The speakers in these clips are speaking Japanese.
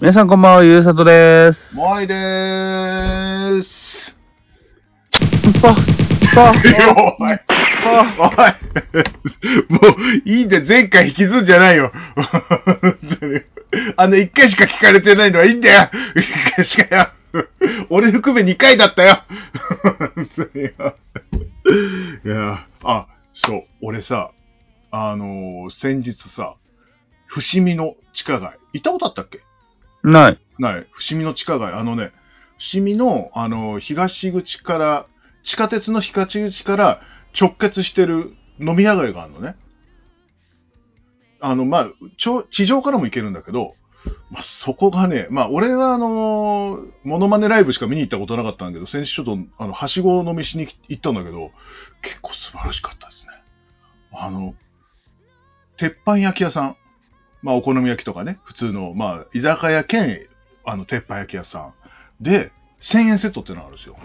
皆さんこんばんは、ゆうさとです。 もあいでーす。 おい、もういいんで前回引きずんじゃないよ。一回しか聞かれてないのはいいんだよ。一回しかよ。俺含め2回だったよ。いや、そう、俺さ、先日さ、伏見の地下街、行ったことあったっけ？ ない。 伏見の地下街、伏見の、東口から、地下鉄の東口から直結してる飲み屋街があるのね。地上からも行けるんだけど、そこがね、俺はモノマネライブしか見に行ったことなかったんだけど、先週ちょっと、はしご飲みしに行ったんだけど、結構素晴らしかったですね。鉄板焼き屋さん。お好み焼きとかね、普通の、居酒屋兼、鉄板焼き屋さん。で、1000円セットってのがあるんですよ。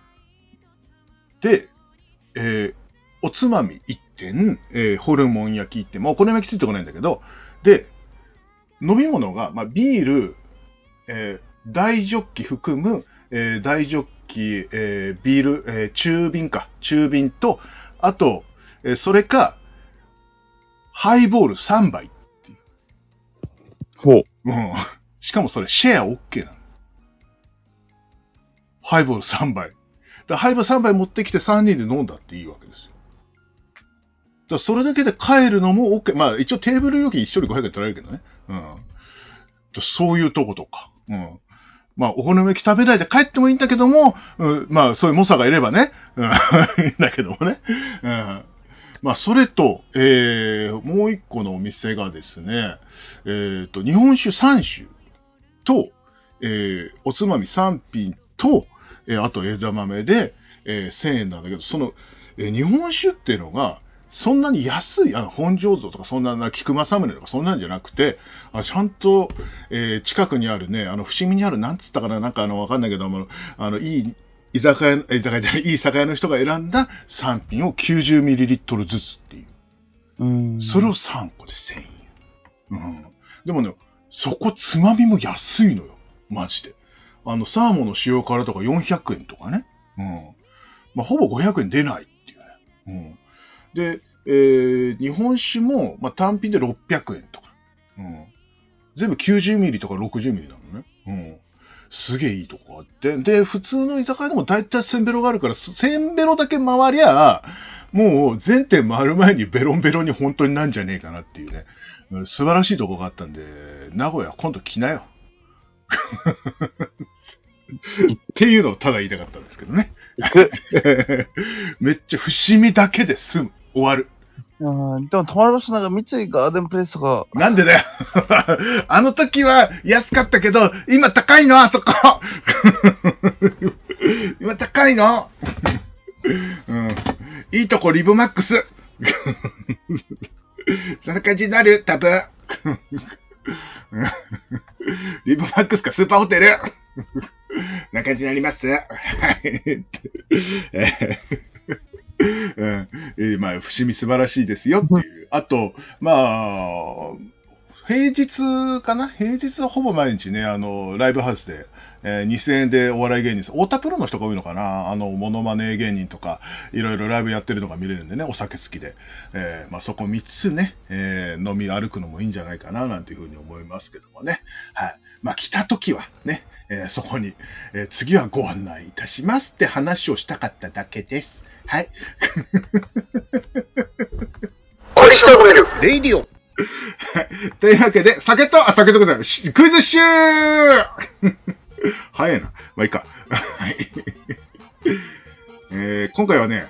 で、おつまみ1点、ホルモン焼き1点、お好み焼きついてこないんだけど、で、飲み物が、ビール、大ジョッキ含む、大ジョッキ、ビール、中瓶と、あと、それか、ハイボール3杯。 ほう。 うん。しかもそれシェア OK なの。ハイボール3杯。ハイボール3杯持ってきて3人で飲んだっていいわけですよ。それだけで帰るのも OK。一応テーブル料金1人500円取られるけどね。うん。そういうとことか。うん。お好み焼き食べないで帰ってもいいんだけども、そういう猛者がいればね。うん。いいんだけどもね。うん。それと、もう一個のお店がですね、日本酒3種と、おつまみ3品と、あと枝豆で、1000円なんだけど、その、日本酒っていうのが、そんなに安い、本醸造とか、そんな、菊正宗とか、そんなんじゃなくて、ちゃんと、近くにあるね、伏見にある、なんつったかな、わかんないけど、いい、いい居酒屋の人が選んだ3品を 90ml ずつっていう。それを3個で1000円。うん。でもね、そこつまみも安いのよ。マジで。サーモンの塩辛とか400円とかね。うん。ほぼ500円出ないっていうね。うん。で、日本酒も、単品で600円とか。うん。全部90ミリとか60ミリなのね。うん。すげえいいとこあって。で、普通の居酒屋でも大体せんべろがあるから、せんべろだけ回りゃ、もう全店回る前にベロンベロンに本当になんじゃねえかなっていうね。素晴らしいとこがあったんで、名古屋今度来なよ。っていうのをただ言いたかったんですけどね。めっちゃ伏見だけで済む。終わる。 でも泊まる場所なんか三井ガーデンプレイスとか。 なんでだよ。あの時は安かったけど、今高いのあそこ。今高いの。うん。いいとこリブマックス。そんな感じになる多分。リブマックスかスーパーホテル。な感じになります。はい。伏見素晴らしいですよっていう。あと、平日かな？平日はほぼ毎日ね、ライブハウスで、2000円でお笑い芸人、太田プロの人が多いのかな？モノマネ芸人とか、いろいろライブやってるのが見れるんでね、お酒好きで。そこ3つね、飲み歩くのもいいんじゃないかな、なんていうふうに思いますけどもね。はい。来た時はね、そこに、次はご案内いたしますって話をしたかっただけです。はい。 おいしそうめるレイディオ。というわけで、酒とございます。クイズシュー早いな。いいか。はい。今回はね、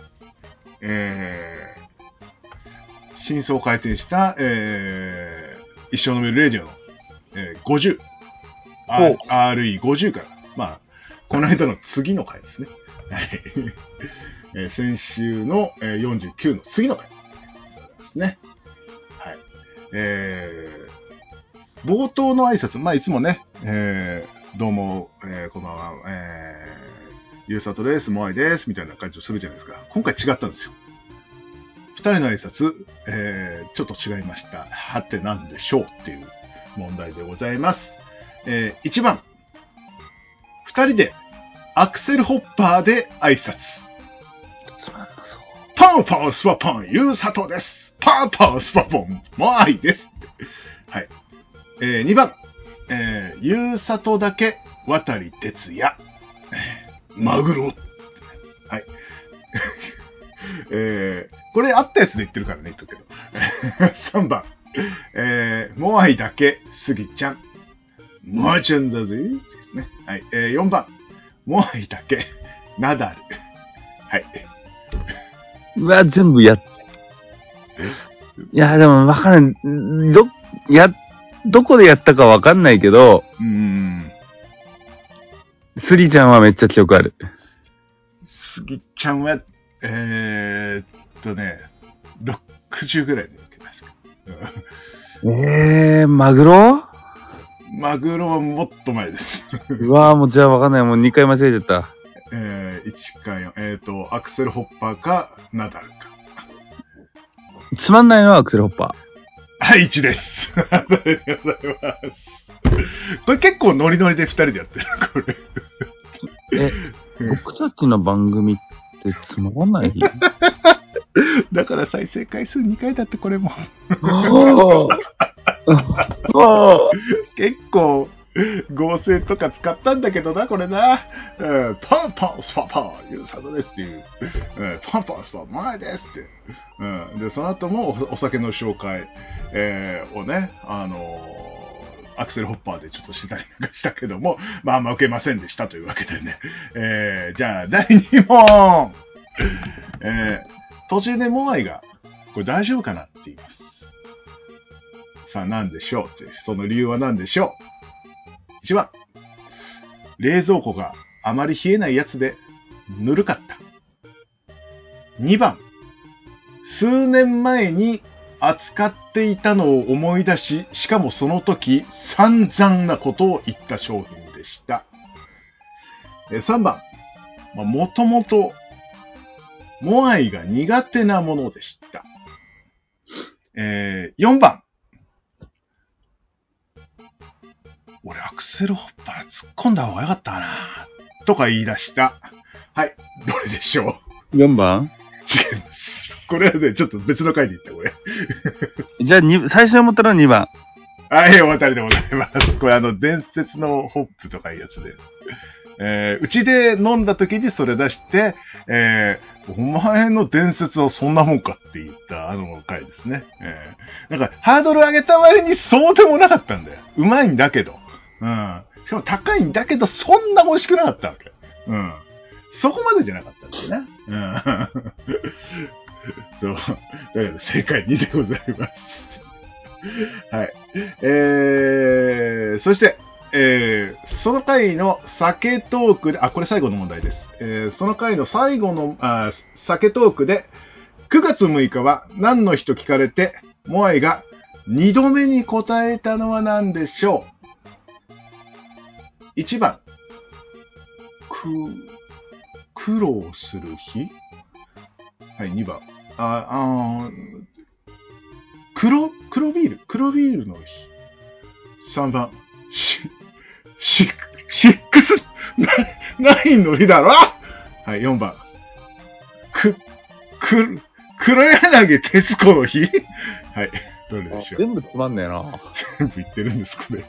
新装開店した、一生飲めるレディオの、50。RE50 から。この間の次の回ですね。はい。先週の、49の次の回ですね。はい。冒頭の挨拶、いつもね、どうも、こんばんは、ゆうさとです、もあいです、みたいな感じをするじゃないですか。今回違ったんですよ。二人の挨拶、ちょっと違いました。はてなんでしょうっていう問題でございます。 1番、2人でアクセルホッパーで挨拶。 つまんなそう。 パンパンスパパン、ゆうさとです。パンパンスパポン、もあいです。はい。2番、ゆうさとだけ渡り哲也。マグロ。はい。これあったやつで言ってるからね、言っとくけど。3番、モアイだけスギちゃん。モアちゃんだぜ。ね、はい。4番、モアイだけナダル。はい。 うわ、全部いや、でもわかんない。どこでやったかわかんないけど、スギちゃんはめっちゃ記憶ある。 スギちゃんは、60ぐらいで受けますか。 マグロはもっと前です。 うわー、もうじゃあわかんない。もう2回間違えちゃった。 1か4、アクセルホッパーか、ナダルか。 つまんないのはアクセルホッパー。はい、1です。ありがとうございます。これ結構ノリノリで2人でやってる、これ。 僕たちの番組ってつまらないだから再生回数2回だってこれも。結構合成とか使ったんだけどな、これな。パンパンスパパー、ゆうさとですっていう。パンパンスパ前ですって。で、その後もお酒の紹介、をね、アクセルホッパーでちょっとしたりなんかしたけども、まあ受けませんでしたというわけでね。じゃあ、第2問。途中でモアイが、これ大丈夫かなって言います。さあ、何でしょう？その理由は何でしょう？ 1 番。冷蔵庫があまり冷えないやつでぬるかった。2番。数年前に扱っていたのを思い出し、しかもその時散々なことを言った商品でした。3番。もともとモアイが苦手なものでした。4番。俺アクセルホッパー突っ込んだ方がよかったかなとか言い出した。はい。どれでしょう？ 4 番？ 違います。これはね、ちょっと別の回で言った、これ。 じゃあ、最初に思ったのは2番。 はい、お渡りでございます。これ伝説のホップとかいうやつで。うちで飲んだ時にそれ出して、お前の伝説はそんなもんかって言った回ですね。なんかハードル上げた割にそうでもなかったんだよ。うまいんだけど。しかも高いんだけど、そんな美味しくなかったわけ。そこまでじゃなかったんだよね。そう。だから正解2でございます。はい。そして、その回の酒トークで、これ最後の問題です。その回の最後の酒トークで、9月6日は何の日と聞かれて、モアイが2度目に答えたのは何でしょう？ 1 番。苦労する日？はい、2番。黒ビールの日。3番。シックスナインの日だろ？はい、4番。黒柳徹子の日？はい、どれでしょう？ 全部つまんねえな。 全部言ってるんです、これ。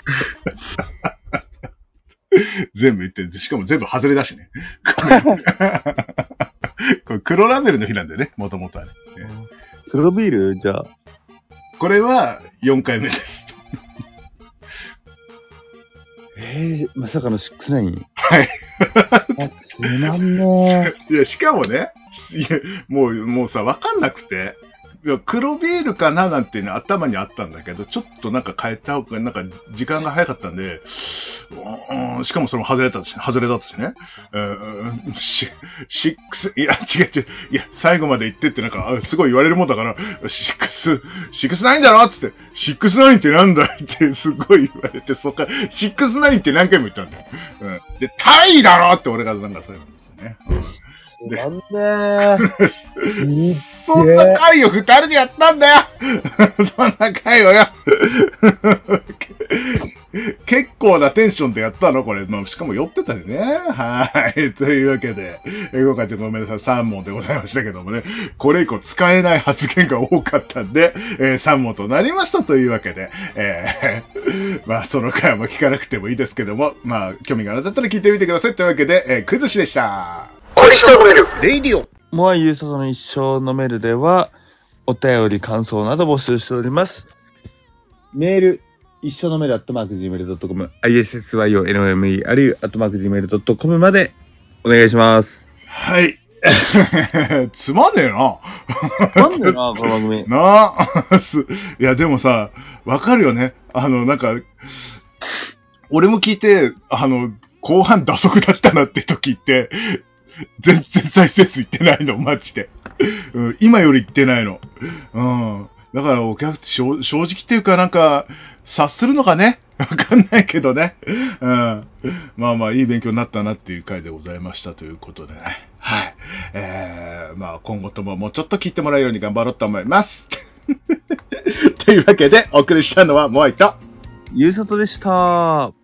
全部言ってるんです。しかも全部外れだしね。これ黒ラベルの日なんだよね、もともとはね。 黒ビール？じゃあ。 これは4回目です。 まさかの6-9？ はい。 つまんねえ。いや、しかもね、もうさ、わかんなくて、黒ビールかななんていうの頭にあったんだけど、ちょっとなんか変えた方が、なんか時間が早かったんで、しかもそれも外れだとしてね、いや、違う。いや、最後まで言ってってなんか、すごい言われるもんだから、6-9だろっつって、6-9ってなんだいってすごい言われて、そっから、6-9って何回も言ったんだよ。で、タイだろって俺がなんかそういうんですね。 なんでそんな回を2人でやったんだよそんな回をよ結構なテンションでやったのこれ。まあ、しかも酔ってたよね。はい。というわけで、今回ちょっとごめんなさい、3問でございましたけどもね、これ以降使えない発言が多かったんで、3問となりましたというわけで、まあ、その回も聞かなくてもいいですけども、まあ、興味があるんだったら聞いてみてくださいというわけで、クイズ師でした。 小石と飲めるレイディオ。 モアユーサトの一生飲めるでは、お便り、感想など募集しております。メール、一生飲める@gmail.com、issyonomeru @gmail.com までお願いします。 はい。つまんねえな。 なんでな、この番組。 なあ。いや、でもさ、わかるよね。なんか、俺も聞いて、後半打足だったなって時って、全然再生数いってないの、マジで。うん、今よりいってないの。うん。だからお客正直っていうかなんか、察するのかねわかんないけどね。うん。まあまあいい勉強になったなっていう回でございましたということでね。はい。まあ今後とももうちょっと聞いてもらえるように頑張ろうと思います。というわけでお送りしたのはモアイとゆうさとでした。